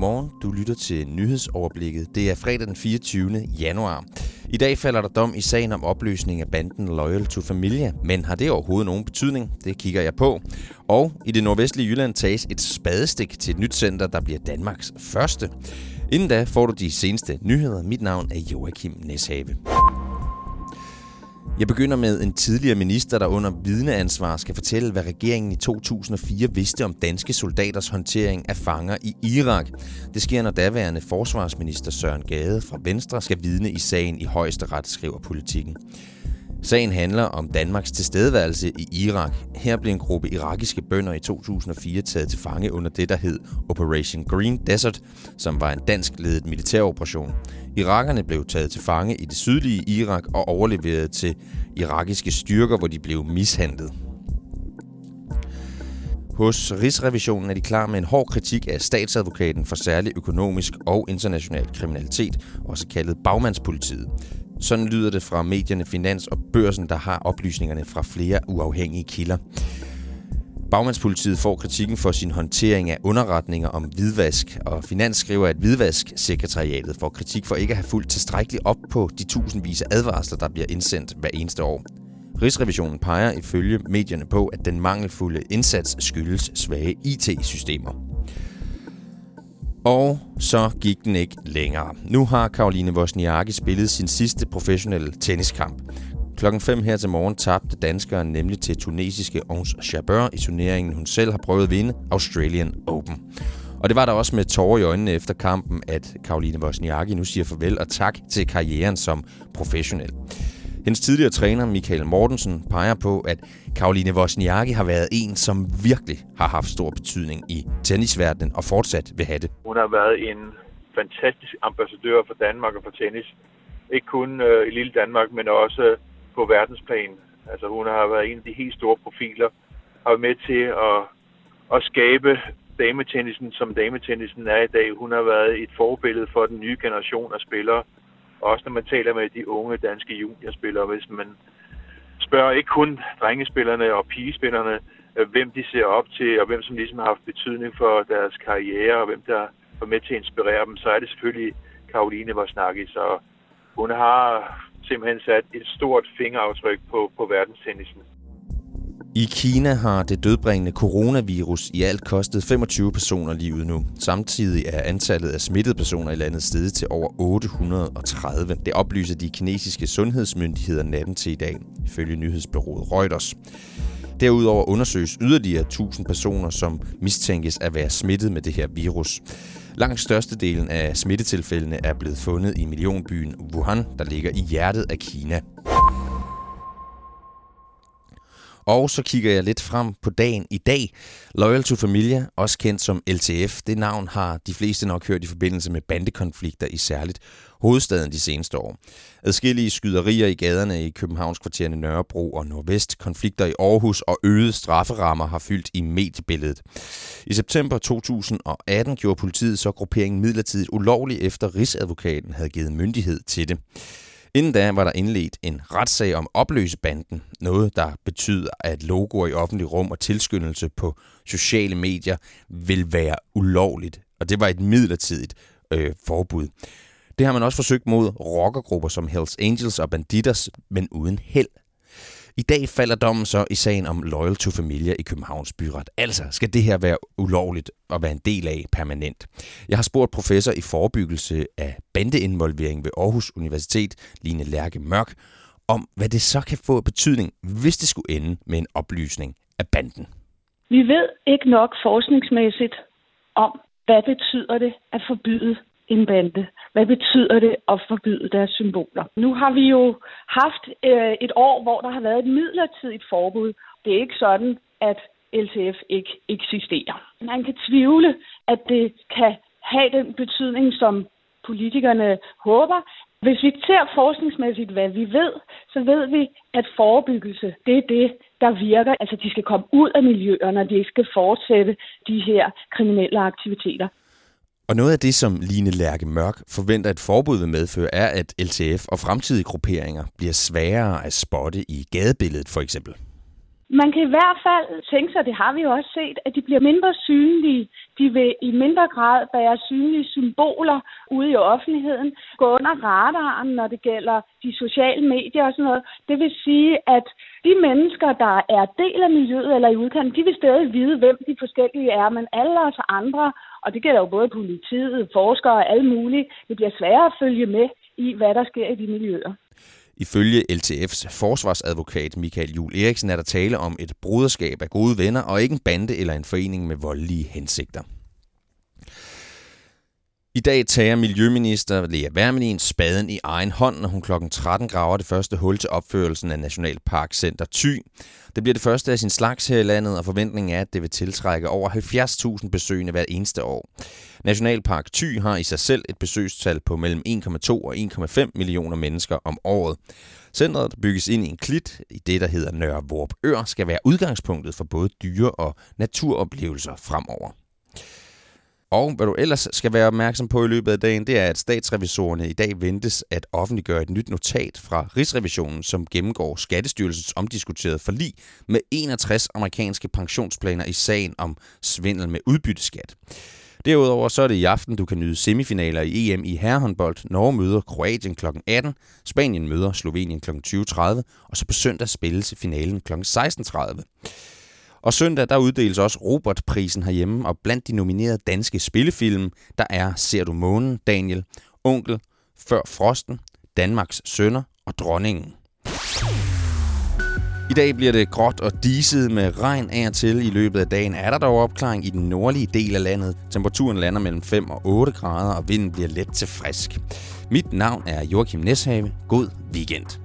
Godmorgen, du lytter til nyhedsoverblikket. Det er fredag den 24. januar. I dag falder der dom i sagen om opløsning af banden Loyal to Familia. Men har det overhovedet nogen betydning? Det kigger jeg på. Og i det nordvestlige Jylland tages et spadestik til et nyt center, der bliver Danmarks første. Inden da får du de seneste nyheder. Mit navn er Joachim Neshave. Jeg begynder med en tidligere minister, der under vidneansvar skal fortælle, hvad regeringen i 2004 vidste om danske soldaters håndtering af fanger i Irak. Det sker, når daværende forsvarsminister Søren Gade fra Venstre skal vidne i sagen i Højesteret, skriver Politiken. Sagen handler om Danmarks tilstedeværelse i Irak. Her blev en gruppe irakiske bønder i 2004 taget til fange under det, der hed Operation Green Desert, som var en dansk-ledet militæroperation. Irakerne blev taget til fange i det sydlige Irak og overleveret til irakiske styrker, hvor de blev mishandlet. Hos Rigsrevisionen er de klar med en hård kritik af statsadvokaten for særlig økonomisk og international kriminalitet, også kaldet bagmandspolitiet. Sådan lyder det fra medierne Finans og Børsen, der har oplysningerne fra flere uafhængige kilder. Bagmandspolitiet får kritikken for sin håndtering af underretninger om hvidvask, og Finans skriver, at hvidvasksekretariatet får kritik for ikke at have fulgt tilstrækkeligt op på de tusindvis af advarsler, der bliver indsendt hver eneste år. Rigsrevisionen peger ifølge medierne på, at den mangelfulde indsats skyldes svage IT-systemer. Og så gik den ikke længere. Nu har Caroline Wozniacki spillet sin sidste professionelle tenniskamp. Klokken 5 her til morgen tabte danskeren nemlig til tunesiske Ons Jabeur i turneringen, hun selv har prøvet at vinde, Australian Open. Og det var der også med tårer i øjnene efter kampen, at Caroline Wozniacki nu siger farvel og tak til karrieren som professionel. Hendes tidligere træner, Michael Mortensen, peger på, at Caroline Wozniacki har været en, som virkelig har haft stor betydning i tennisverdenen og fortsat vil have det. Hun har været en fantastisk ambassadør for Danmark og for tennis. Ikke kun i lille Danmark, men også på verdensplan. Altså hun har været en af de helt store profiler, har været med til at skabe dametennisen, som dametennisen er i dag. Hun har været et forbillede for den nye generation af spillere. Også når man taler med de unge danske juniorspillere, hvis man spørger ikke kun drengespillerne og pigespillerne, hvem de ser op til, og hvem som ligesom har haft betydning for deres karriere, og hvem der var med til at inspirere dem, så er det selvfølgelig Caroline Wozniacki. Så hun har simpelthen sat et stort fingeraftryk på verdenstennisen. I Kina har det dødbringende coronavirus i alt kostet 25 personer livet nu. Samtidig er antallet af smittede personer i landet steget til over 830. Det oplyser de kinesiske sundhedsmyndigheder natten til i dag, ifølge nyhedsbureauet Reuters. Derudover undersøges yderligere 1000 personer, som mistænkes at være smittet med det her virus. Langt størstedelen af smittetilfældene er blevet fundet i millionbyen Wuhan, der ligger i hjertet af Kina. Og så kigger jeg lidt frem på dagen i dag. Loyal to Familia, også kendt som LTF, det navn har de fleste nok hørt i forbindelse med bandekonflikter i særligt hovedstaden de seneste år. Adskillige skyderier i gaderne i Københavns kvartererne Nørrebro og Nordvest, konflikter i Aarhus og øgede strafferammer har fyldt i mediebilledet. I september 2018 gjorde politiet så grupperingen midlertidigt ulovlig, efter Rigsadvokaten havde givet myndighed til det. Inden da var der indledt en retssag om opløse banden, noget der betyder, at logoer i offentlig rum og tilskyndelse på sociale medier vil være ulovligt. Og det var et midlertidigt forbud. Det har man også forsøgt mod rockergrupper som Hells Angels og Bandidos, men uden held. I dag falder dommen så i sagen om Loyal to Familia i Københavns Byret. Altså skal det her være ulovligt og være en del af permanent. Jeg har spurgt professor i forebyggelse af bandeinvolvering ved Aarhus Universitet, Line Lærke Mørk, om hvad det så kan få betydning, hvis det skulle ende med en opløsning af banden. Vi ved ikke nok forskningsmæssigt om, hvad betyder det at forbyde en bande. Hvad betyder det at forbyde deres symboler? Nu har vi jo haft et år, hvor der har været et midlertidigt forbud. Det er ikke sådan, at LTF ikke eksisterer. Man kan tvivle, at det kan have den betydning, som politikerne håber. Hvis vi ser forskningsmæssigt, hvad vi ved, så ved vi, at forebyggelse, det er det, der virker. Altså, de skal komme ud af miljøerne, og de ikke skal fortsætte de her kriminelle aktiviteter. Og noget af det, som Line Lærke Mørk forventer et forbud vil medføre, er, at LTF og fremtidige grupperinger bliver sværere at spotte i gadebilledet for eksempel. Man kan i hvert fald tænke sig, det har vi jo også set, at de bliver mindre synlige. De vil i mindre grad være synlige symboler ude i offentligheden, gå under radaren, når det gælder de sociale medier og sådan noget. Det vil sige, at de mennesker, der er del af miljøet eller i udkanten, de vil stadig vide, hvem de forskellige er, men alle os andre, og det gælder jo både politiet, forskere og alle mulige, det bliver sværere at følge med i, hvad der sker i de miljøer. Ifølge LTF's forsvarsadvokat Michael Juhl Eriksen er der tale om et broderskab af gode venner og ikke en bande eller en forening med voldelige hensigter. I dag tager miljøminister Lea Wermelin spaden i egen hånd, når hun kl. 13 graver det første hul til opførelsen af Nationalparkcenter Thy. Det bliver det første af sin slags her i landet, og forventningen er, at det vil tiltrække over 70.000 besøgende hvert eneste år. Nationalpark Thy har i sig selv et besøgstal på mellem 1,2 og 1,5 millioner mennesker om året. Centret, der bygges ind i en klit i det, der hedder Nørre Vorupør, skal være udgangspunktet for både dyre- og naturoplevelser fremover. Og hvad du ellers skal være opmærksom på i løbet af dagen, det er, at statsrevisorerne i dag ventes at offentliggøre et nyt notat fra Rigsrevisionen, som gennemgår Skattestyrelsens omdiskuterede forlig med 61 amerikanske pensionsplaner i sagen om svindel med udbytteskat. Derudover så er det i aften, du kan nyde semifinaler i EM i herrehåndbold. Norge møder Kroatien kl. 18, Spanien møder Slovenien kl. 20.30, og så på søndag spilles finalen kl. 16.30. Og søndag, der uddeles også Robert-prisen herhjemme, og blandt de nominerede danske spillefilm, der er Ser du månen, Daniel, Onkel, Før frosten, Danmarks sønner og Dronningen. I dag bliver det gråt og diset med regn af og til. I løbet af dagen er der dog opklaring i den nordlige del af landet. Temperaturen lander mellem 5 og 8 grader, og vinden bliver let til frisk. Mit navn er Joachim Neshave. God weekend.